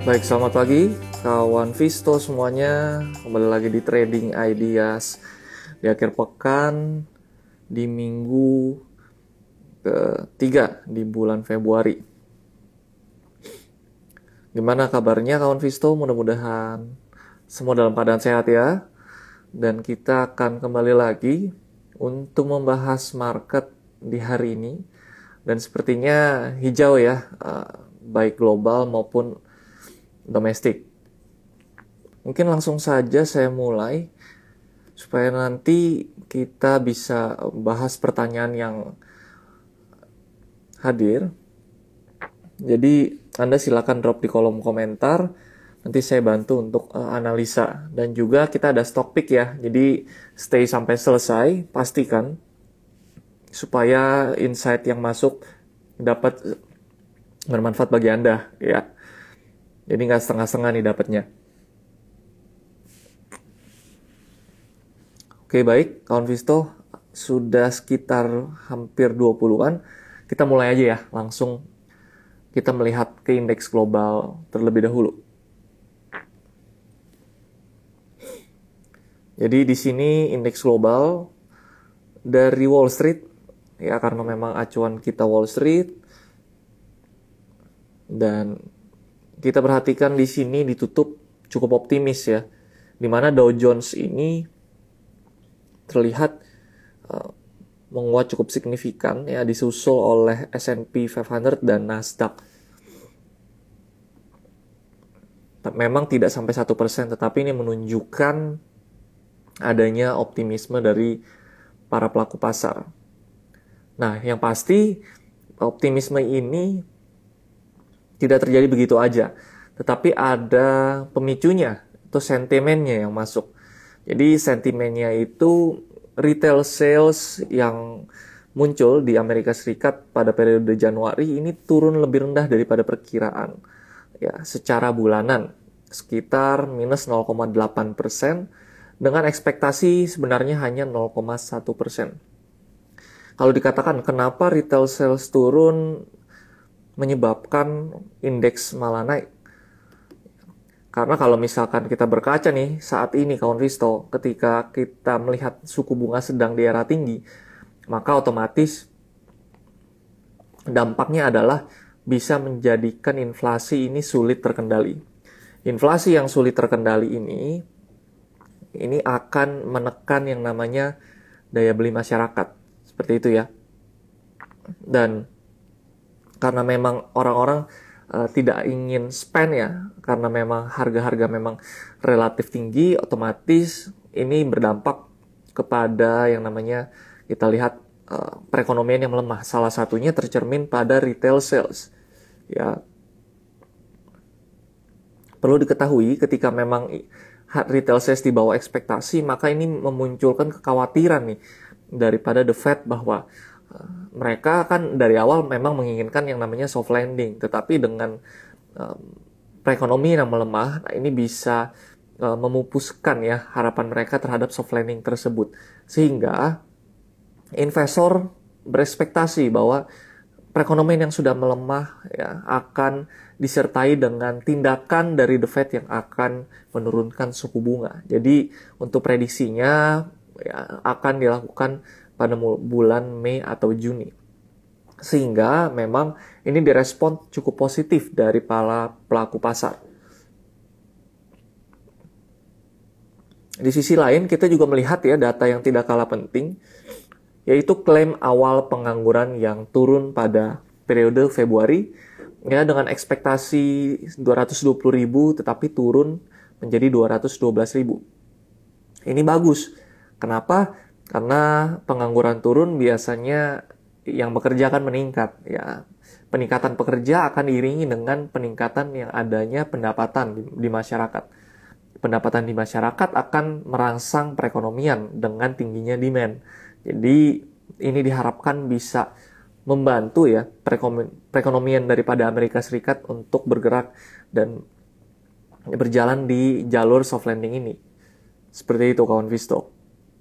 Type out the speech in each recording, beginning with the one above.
Baik, selamat pagi kawan Visto semuanya. Kembali lagi di Trading Ideas di akhir pekan di minggu ketiga di bulan Februari. Gimana kabarnya kawan Visto? Mudah-mudahan semua dalam keadaan sehat ya. Dan kita akan kembali lagi untuk membahas market di hari ini. Dan sepertinya hijau ya, baik global maupun domestik. Mungkin langsung saja saya mulai supaya nanti kita bisa bahas pertanyaan yang hadir. Jadi Anda silakan drop di kolom komentar. Nanti saya bantu untuk analisa. Dan juga kita ada stock pick ya. Jadi stay sampai selesai. Pastikan supaya insight yang masuk dapat bermanfaat bagi Anda ya. Jadi nggak setengah-setengah nih dapatnya. Oke baik, kawan Visto sudah sekitar hampir 20-an. Kita mulai aja ya, langsung kita melihat ke indeks global terlebih dahulu. Jadi di sini indeks global dari Wall Street ya, karena memang acuan kita Wall Street, dan kita perhatikan di sini ditutup cukup optimis ya, dimana Dow Jones ini terlihat menguat cukup signifikan ya, disusul oleh S&P 500 dan Nasdaq. Memang tidak sampai 1%, tetapi ini menunjukkan adanya optimisme dari para pelaku pasar. Nah, yang pasti optimisme ini tidak terjadi begitu aja, tetapi ada pemicunya, itu sentimennya yang masuk. Jadi sentimennya itu retail sales yang muncul di Amerika Serikat pada periode Januari ini turun lebih rendah daripada perkiraan. Ya, secara bulanan sekitar minus 0,8% dengan ekspektasi sebenarnya hanya 0,1%. Kalau dikatakan kenapa retail sales turun menyebabkan indeks malah naik? Karena kalau misalkan kita berkaca nih saat ini kawan Visto, ketika kita melihat suku bunga sedang di era tinggi, maka otomatis dampaknya adalah bisa menjadikan inflasi ini sulit terkendali. Inflasi yang sulit terkendali ini akan menekan yang namanya daya beli masyarakat. Seperti itu ya. Dan karena memang orang-orang tidak ingin spend ya, karena memang harga-harga memang relatif tinggi, otomatis ini berdampak kepada yang namanya kita lihat perekonomian yang melemah. Salah satunya tercermin pada retail sales. Ya, perlu diketahui ketika memang retail sales di bawah ekspektasi, maka ini memunculkan kekhawatiran nih daripada The Fed bahwa mereka kan dari awal memang menginginkan yang namanya soft landing, tetapi dengan perekonomian yang melemah, nah ini bisa memupuskan ya harapan mereka terhadap soft landing tersebut, sehingga investor berekspektasi bahwa perekonomian yang sudah melemah ya akan disertai dengan tindakan dari The Fed yang akan menurunkan suku bunga. Jadi untuk prediksinya ya, akan dilakukan pada bulan Mei atau Juni. Sehingga memang ini direspon cukup positif dari para pelaku pasar. Di sisi lain kita juga melihat ya data yang tidak kalah penting, yaitu klaim awal pengangguran yang turun pada periode Februari ya, dengan ekspektasi 220.000 tetapi turun menjadi 212.000. Ini bagus. Kenapa? Karena pengangguran turun biasanya yang bekerja akan meningkat ya. Peningkatan pekerja akan diiringi dengan peningkatan yang adanya pendapatan di masyarakat. Pendapatan di masyarakat akan merangsang perekonomian dengan tingginya demand. Jadi ini diharapkan bisa membantu ya perekonomian daripada Amerika Serikat untuk bergerak dan berjalan di jalur soft landing ini. Seperti itu kawan Visto.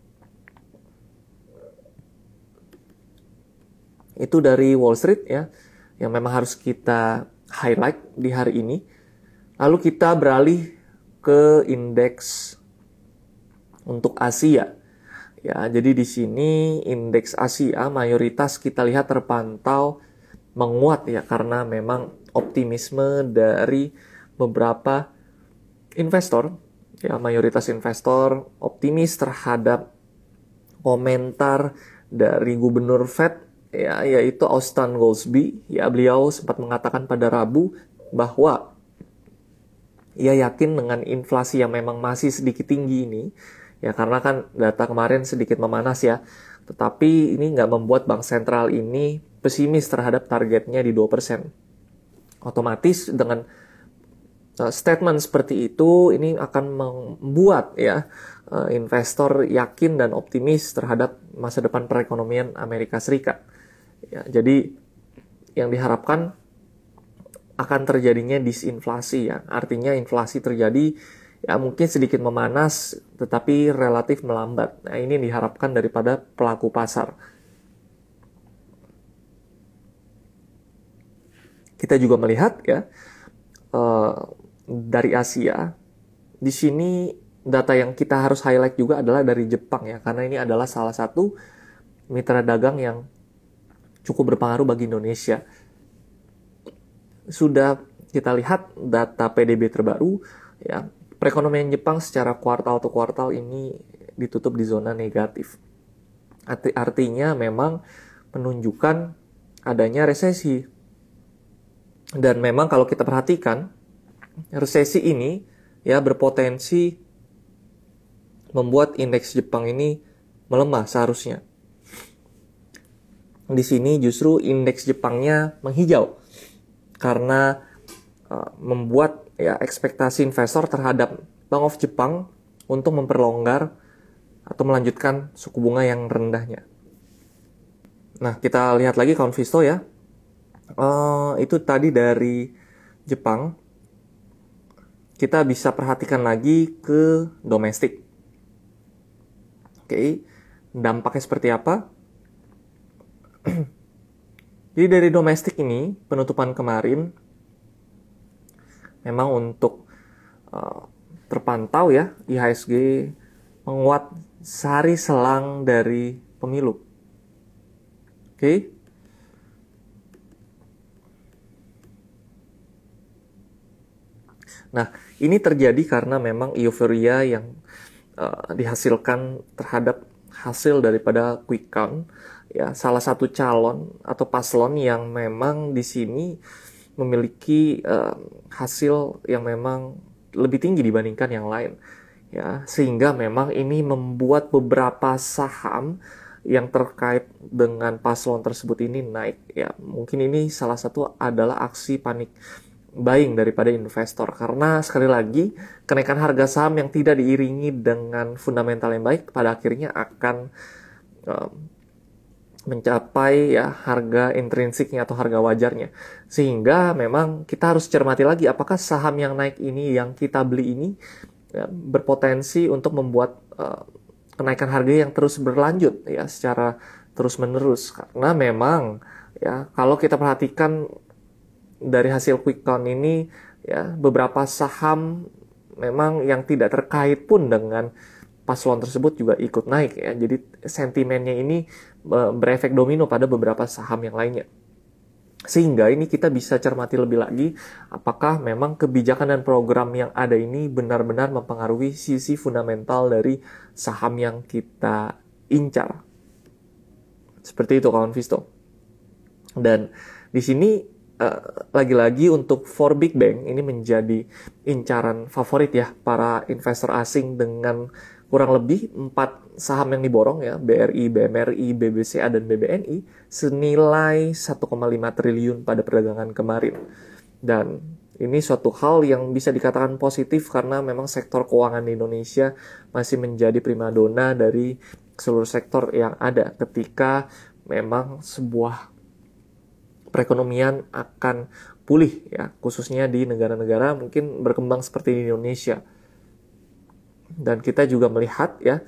Itu dari Wall Street ya, yang memang harus kita highlight di hari ini. Lalu kita beralih ke indeks untuk Asia. Ya, jadi di sini indeks Asia mayoritas kita lihat terpantau menguat ya, karena memang optimisme dari beberapa investor, ya mayoritas investor optimis terhadap komentar dari Gubernur Fed, ya, yaitu Austan Goolsbee. Ya, beliau sempat mengatakan pada Rabu bahwa ia yakin dengan inflasi yang memang masih sedikit tinggi ini, ya karena kan data kemarin sedikit memanas ya, tetapi ini nggak membuat bank sentral ini pesimis terhadap targetnya di 2%. Otomatis dengan statement seperti itu, ini akan membuat ya investor yakin dan optimis terhadap masa depan perekonomian Amerika Serikat. Ya, jadi yang diharapkan akan terjadinya disinflasi ya. Artinya inflasi terjadi ya mungkin sedikit memanas tetapi relatif melambat. Nah, ini diharapkan daripada pelaku pasar. Kita juga melihat ya dari Asia. Di sini data yang kita harus highlight juga adalah dari Jepang ya, karena ini adalah salah satu mitra dagang yang cukup berpengaruh bagi Indonesia. Sudah kita lihat data PDB terbaru ya, perekonomian Jepang secara kuartal to kuartal ini ditutup di zona negatif. Artinya memang menunjukkan adanya resesi. Dan memang kalau kita perhatikan, resesi ini ya berpotensi membuat indeks Jepang ini melemah seharusnya. Di sini justru indeks Jepangnya menghijau karena membuat ya ekspektasi investor terhadap Bank of Jepang untuk memperlonggar atau melanjutkan suku bunga yang rendahnya. Nah, kita lihat lagi kawan Visto ya. Itu tadi dari Jepang. Kita bisa perhatikan lagi ke domestik. Oke, dampaknya seperti apa? Jadi dari domestik ini, penutupan kemarin memang untuk terpantau ya, IHSG menguat sehari selang dari pemilu. Oke. Nah, ini terjadi karena memang euforia yang dihasilkan terhadap hasil daripada quick count. Ya, salah satu calon atau paslon yang memang di sini memiliki hasil yang memang lebih tinggi dibandingkan yang lain. Ya, sehingga memang ini membuat beberapa saham yang terkait dengan paslon tersebut ini naik. Ya, mungkin ini salah satu adalah aksi panik buying daripada investor, karena sekali lagi kenaikan harga saham yang tidak diiringi dengan fundamental yang baik pada akhirnya akan mencapai ya harga intrinsiknya atau harga wajarnya, sehingga memang kita harus cermati lagi apakah saham yang naik ini yang kita beli ini ya, berpotensi untuk membuat kenaikan harga yang terus berlanjut ya secara terus menerus, karena memang ya kalau kita perhatikan dari hasil quick count ini ya beberapa saham memang yang tidak terkait pun dengan paslon tersebut juga ikut naik ya. Jadi sentimennya ini berefek domino pada beberapa saham yang lainnya. Sehingga ini kita bisa cermati lebih lagi apakah memang kebijakan dan program yang ada ini benar-benar mempengaruhi sisi fundamental dari saham yang kita incar. Seperti itu kawan Visto. Dan di sini lagi-lagi untuk 4 big bank ini menjadi incaran favorit ya para investor asing dengan kurang lebih 4 saham yang diborong ya, BRI, BMRI, BBCA, dan BBNI senilai 1,5 triliun pada perdagangan kemarin. Dan ini suatu hal yang bisa dikatakan positif karena memang sektor keuangan di Indonesia masih menjadi primadona dari seluruh sektor yang ada ketika memang sebuah perekonomian akan pulih ya, khususnya di negara-negara mungkin berkembang seperti di Indonesia. Dan kita juga melihat ya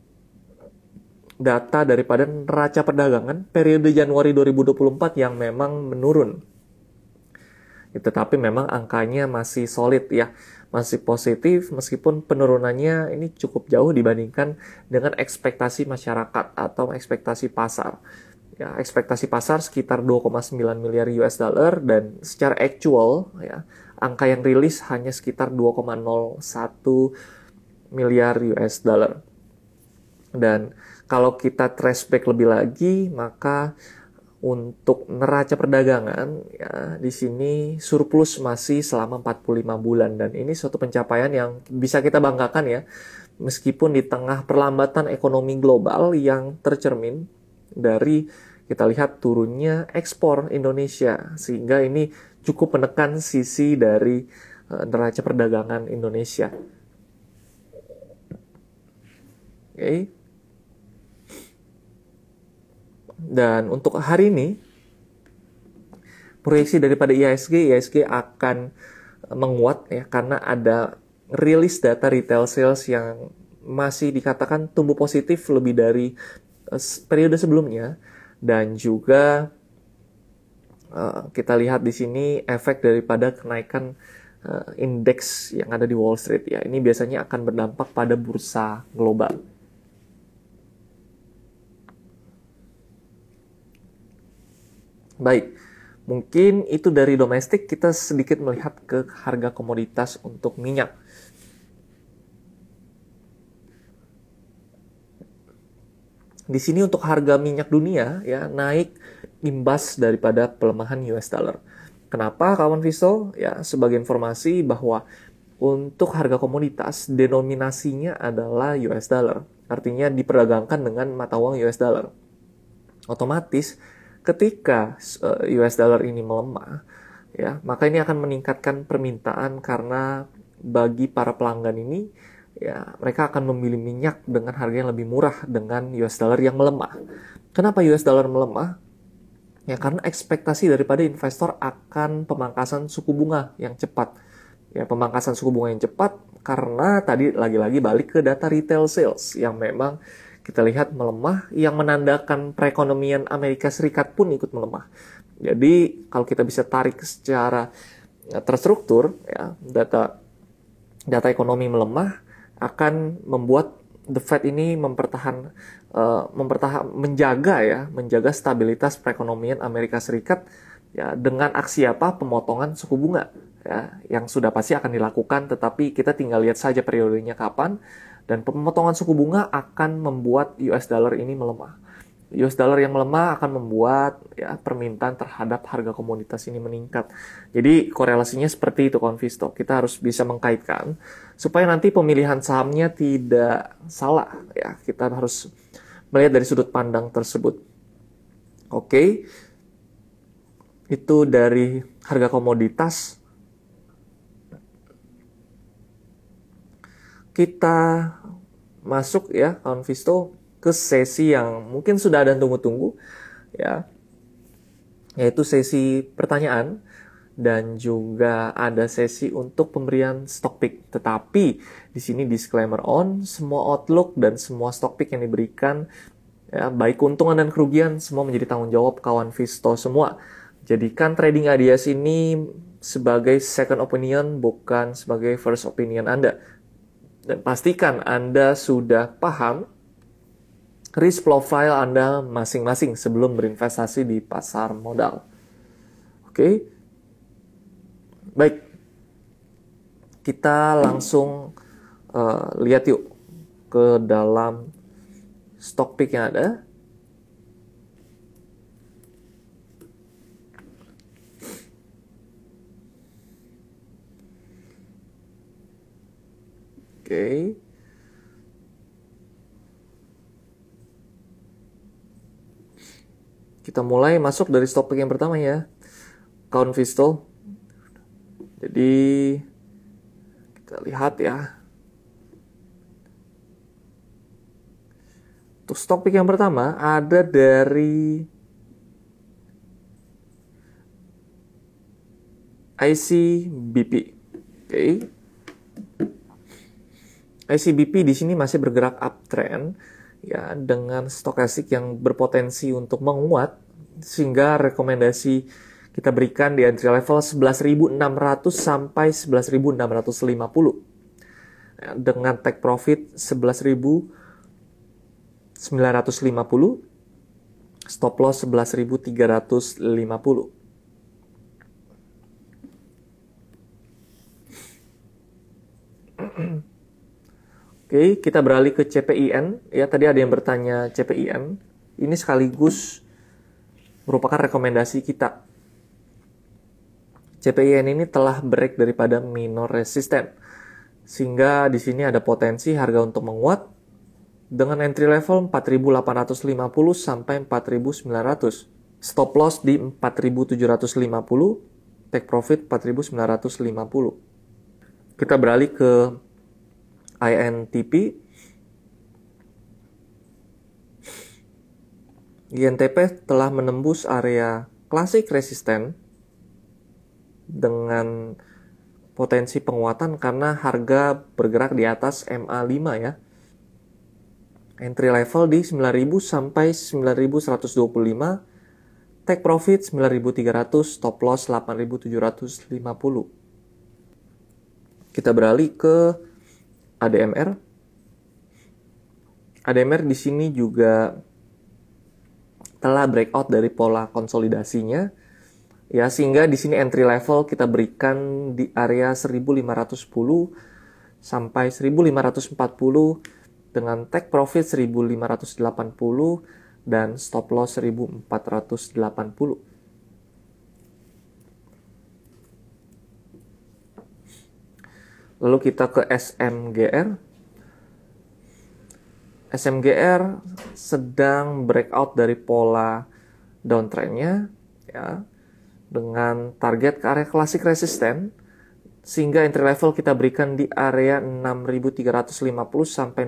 data daripada neraca perdagangan periode Januari 2024 yang memang menurun. Tetapi memang angkanya masih solid ya, masih positif meskipun penurunannya ini cukup jauh dibandingkan dengan ekspektasi masyarakat atau ekspektasi pasar. Ya, ekspektasi pasar sekitar 2,9 miliar US dollar dan secara actual ya, angka yang rilis hanya sekitar 2,01 miliar US dollar. Dan kalau kita trace back lebih lagi, maka untuk neraca perdagangan ya di sini surplus masih selama 45 bulan dan ini suatu pencapaian yang bisa kita banggakan ya. Meskipun di tengah perlambatan ekonomi global yang tercermin dari kita lihat turunnya ekspor Indonesia sehingga ini cukup menekan sisi dari neraca perdagangan Indonesia. Oke. Dan untuk hari ini, proyeksi daripada IHSG akan menguat ya karena ada rilis data retail sales yang masih dikatakan tumbuh positif lebih dari periode sebelumnya dan juga kita lihat di sini efek daripada kenaikan indeks yang ada di Wall Street ya. Ini biasanya akan berdampak pada bursa global. Baik, mungkin itu dari domestik, kita sedikit melihat ke harga komoditas untuk minyak. Di sini untuk harga minyak dunia ya naik imbas daripada pelemahan US dollar. Kenapa kawan Viso? Ya, sebagai informasi bahwa untuk harga komoditas denominasinya adalah US dollar. Artinya diperdagangkan dengan mata uang US dollar. Otomatis ketika US dollar ini melemah, ya, maka ini akan meningkatkan permintaan karena bagi para pelanggan ini, ya, mereka akan memilih minyak dengan harga yang lebih murah dengan US dollar yang melemah. Kenapa US dollar melemah? Ya, karena ekspektasi daripada investor akan pemangkasan suku bunga yang cepat. Ya, pemangkasan suku bunga yang cepat karena tadi lagi-lagi balik ke data retail sales yang memang kita lihat melemah, yang menandakan perekonomian Amerika Serikat pun ikut melemah. Jadi kalau kita bisa tarik secara terstruktur, ya, data ekonomi melemah akan membuat the Fed ini menjaga stabilitas perekonomian Amerika Serikat ya dengan aksi apa? Pemotongan suku bunga ya, yang sudah pasti akan dilakukan, tetapi kita tinggal lihat saja periodenya kapan. Dan pemotongan suku bunga akan membuat US dollar ini melemah. US dollar yang melemah akan membuat ya permintaan terhadap harga komoditas ini meningkat. Jadi korelasinya seperti itu Konvisto. Kita harus bisa mengkaitkan supaya nanti pemilihan sahamnya tidak salah ya. Kita harus melihat dari sudut pandang tersebut. Oke. Itu dari harga komoditas. Kita masuk ya kawan Visto ke sesi yang mungkin sudah ada tunggu-tunggu ya, yaitu sesi pertanyaan dan juga ada sesi untuk pemberian stock pick. Tetapi di sini disclaimer on, semua outlook dan semua stock pick yang diberikan ya, baik keuntungan dan kerugian semua menjadi tanggung jawab kawan Visto semua. Jadikan trading ADS ini sebagai second opinion bukan sebagai first opinion Anda. Dan pastikan Anda sudah paham risk profile Anda masing-masing sebelum berinvestasi di pasar modal. Oke. Baik. Kita langsung lihat yuk ke dalam stock pick yang ada. Oke. Kita mulai masuk dari stock pick yang pertama ya. Kawan Visto. Jadi kita lihat ya. Untuk stock pick yang pertama ada dari ICBP. Oke. ICBP di sini masih bergerak uptrend ya dengan stokastik yang berpotensi untuk menguat sehingga rekomendasi Kita berikan di entry level 11.600 sampai 11.650. Dengan take profit 11.950, stop loss 11.350. Oke, kita beralih ke CPIN. Ya, tadi ada yang bertanya CPIN. Ini sekaligus merupakan rekomendasi kita. CPIN ini telah break daripada minor resisten, sehingga di sini ada potensi harga untuk menguat dengan entry level 4.850 sampai 4.900. Stop loss di 4.750, take profit 4.950. Kita beralih ke INTP. INTP telah menembus area klasik resisten dengan potensi penguatan karena harga bergerak di atas MA5 ya. Entry level di 9.000 sampai 9.125, take profit 9.300, stop loss 8.750. Kita beralih ke ADMR. ADMR di sini juga telah breakout dari pola konsolidasinya. Ya, sehingga di sini entry level kita berikan di area 1.510 sampai 1.540 dengan take profit 1.580 dan stop loss 1.480. Lalu kita ke SMGR. SMGR sedang breakout dari pola downtrendnya ya, dengan target ke area klasik resisten, sehingga entry level kita berikan di area 6.350 sampai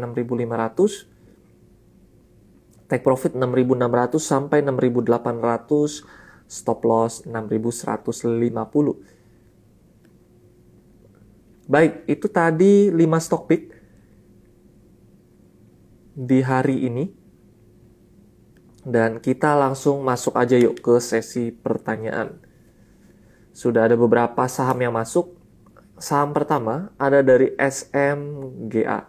6.500, take profit 6.600 sampai 6.800, stop loss 6.150. Baik, itu tadi 5 stock pick di hari ini. Dan kita langsung masuk aja yuk ke sesi pertanyaan. Sudah ada beberapa saham yang masuk. Saham pertama ada dari SMGA.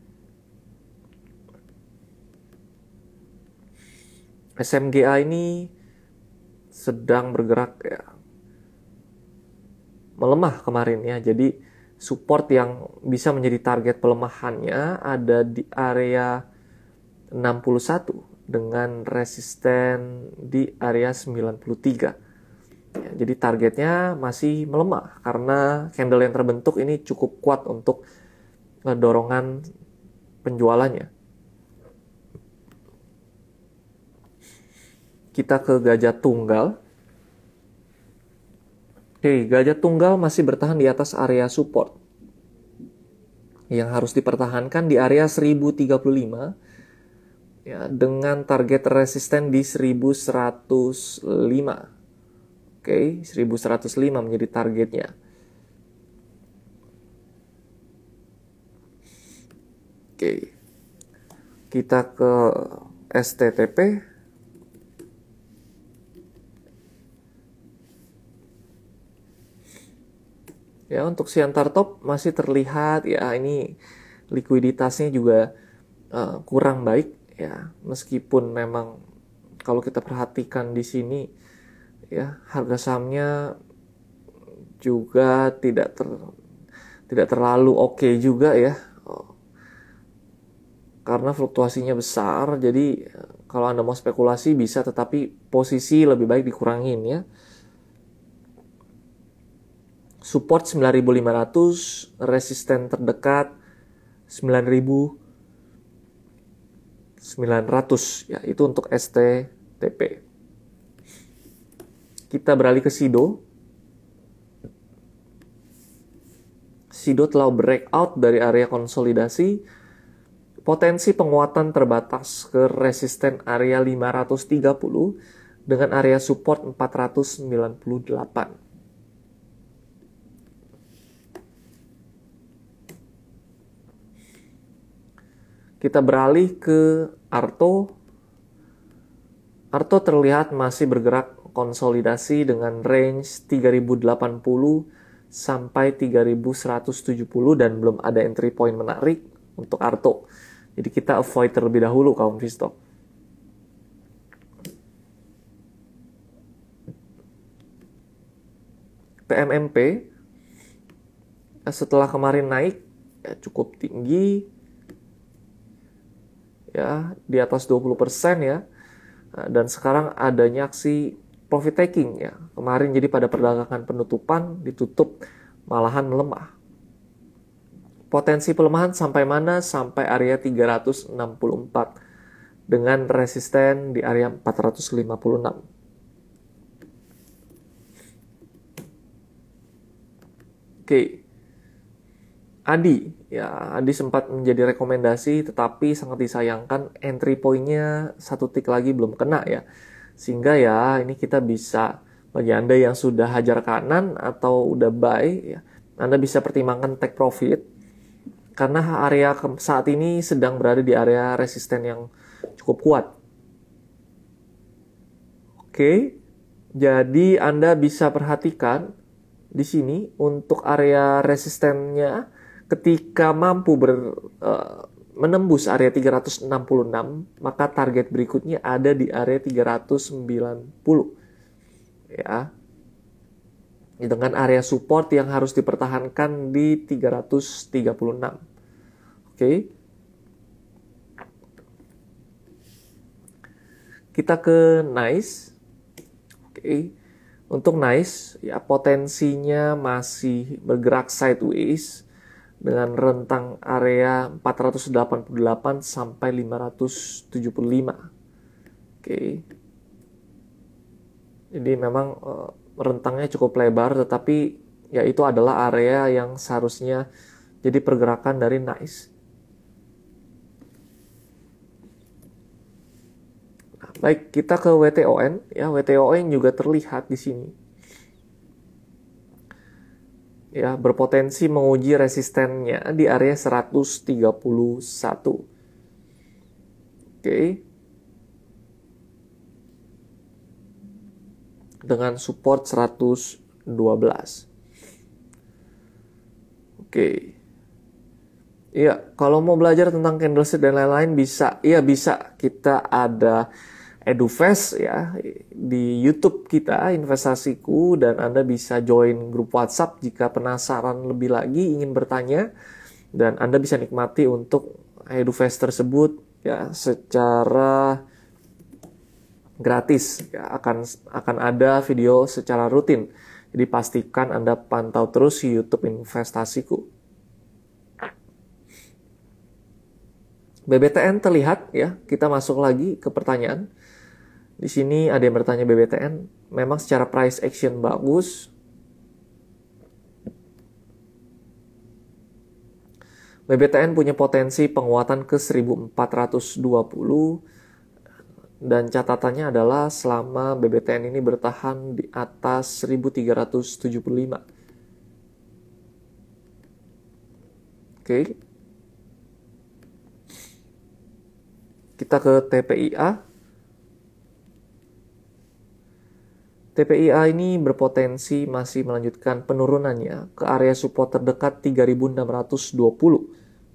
SMGA ini sedang bergerak ya, melemah kemarin ya. Jadi support yang bisa menjadi target pelemahannya ada di area 61 dengan resisten di area 93. Ya, jadi targetnya masih melemah karena candle yang terbentuk ini cukup kuat untuk dorongan penjualannya. Kita ke Gajah Tunggal. Oke, Gajah Tunggal masih bertahan di atas area support yang harus dipertahankan di area 1035 ya, dengan target resisten di 1105. Oke, 1105 menjadi targetnya. Oke. Kita ke STTP. Ya, untuk Siantar Top masih terlihat ya, ini likuiditasnya juga kurang baik ya, meskipun memang kalau kita perhatikan di sini ya, harga sahamnya juga tidak terlalu oke juga ya, karena fluktuasinya besar. Jadi kalau Anda mau spekulasi bisa, tetapi posisi lebih baik dikurangin ya. Support 9.500, resisten terdekat 9.900 ya, itu untuk STTP. Kita beralih ke SIDO. SIDO telah breakout dari area konsolidasi. Potensi penguatan terbatas ke resisten area 530 dengan area support 498. Kita beralih ke Arto. Arto terlihat masih bergerak konsolidasi dengan range 3080 sampai 3170 dan belum ada entry point menarik untuk Arto. Jadi kita avoid terlebih dahulu kaum V-Stock. PMMP setelah kemarin naik ya, cukup tinggi ya, di atas 20% ya. Dan sekarang adanya aksi profit taking ya. Kemarin jadi pada perdagangan penutupan ditutup malahan melemah. Potensi pelemahan sampai mana? Sampai area 364 dengan resisten di area 456. Oke. Adi sempat menjadi rekomendasi, tetapi sangat disayangkan entry point-nya satu tick lagi belum kena ya. Sehingga ya ini kita bisa, bagi Anda yang sudah hajar kanan atau udah buy ya, Anda bisa pertimbangkan take profit karena area saat ini sedang berada di area resisten yang cukup kuat. Oke, jadi Anda bisa perhatikan di sini untuk area resistennya. Ketika mampu menembus area 366, maka target berikutnya ada di area 390. Ya. Dengan area support yang harus dipertahankan di 336. Oke. Kita ke NICE. Oke. Untuk NICE, ya potensinya masih bergerak sideways dengan rentang area 488 sampai 575. Oke. Jadi memang rentangnya cukup lebar, tetapi ya itu adalah area yang seharusnya jadi pergerakan dari NICE. Nah, baik, kita ke WTON ya. WTON juga terlihat di sini. Ya, berpotensi menguji resistennya di area 131. Oke. Dengan support 112. Oke. Iya, kalau mau belajar tentang candlestick dan lain-lain bisa. Iya, bisa. Kita ada EduFest ya di YouTube kita, Investasiku, dan Anda bisa join grup WhatsApp jika penasaran lebih lagi, ingin bertanya, dan Anda bisa nikmati untuk EduFest tersebut ya secara gratis ya, akan ada video secara rutin. Jadi pastikan Anda pantau terus YouTube Investasiku. BBTN terlihat ya, kita masuk lagi ke pertanyaan. Di sini ada yang bertanya BBTN, memang secara price action bagus. BBTN punya potensi penguatan ke 1420 dan catatannya adalah selama BBTN ini bertahan di atas 1375. Oke. Kita ke TPIA. TPIA ini berpotensi masih melanjutkan penurunannya ke area support terdekat 3620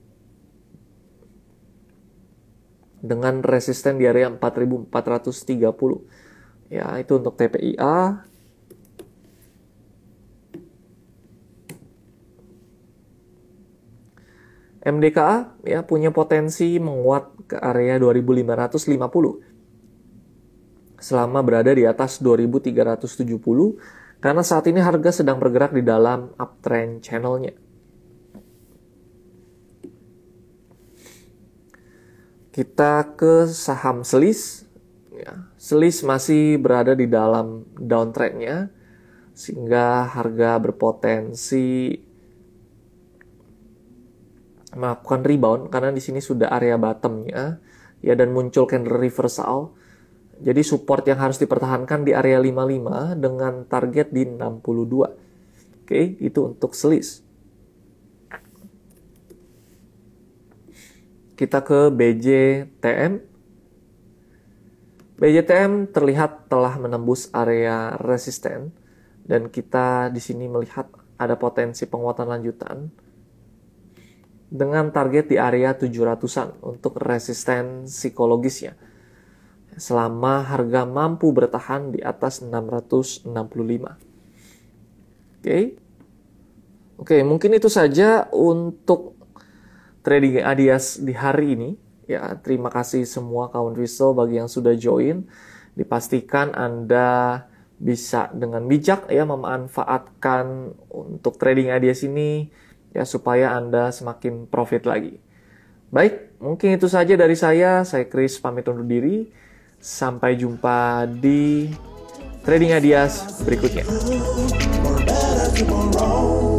dengan resisten di area 4430. Ya, itu untuk TPIA. MDKA ya punya potensi menguat ke area 2550 selama berada di atas 2370 karena saat ini harga sedang bergerak di dalam uptrend channelnya. Kita ke saham SELIS. Ya, SELIS masih berada di dalam downtrendnya sehingga harga berpotensi melakukan rebound karena di sini sudah area bottomnya ya dan muncul candle reversal. Jadi support yang harus dipertahankan di area 55 dengan target di 62. Oke, itu untuk SELIS. Kita ke BJTM. BJTM terlihat telah menembus area resisten dan kita di sini melihat ada potensi penguatan lanjutan dengan target di area 700-an untuk resisten psikologisnya selama harga mampu bertahan di atas 665. Oke, mungkin itu saja untuk trading ADIAS di hari ini. Ya, terima kasih semua kawan Riso bagi yang sudah join. Dipastikan Anda bisa dengan bijak ya memanfaatkan untuk trading ADIAS ini ya supaya Anda semakin profit lagi. Baik, mungkin itu saja dari saya. Saya Chris pamit undur diri. Sampai jumpa di trading ADIAS berikutnya.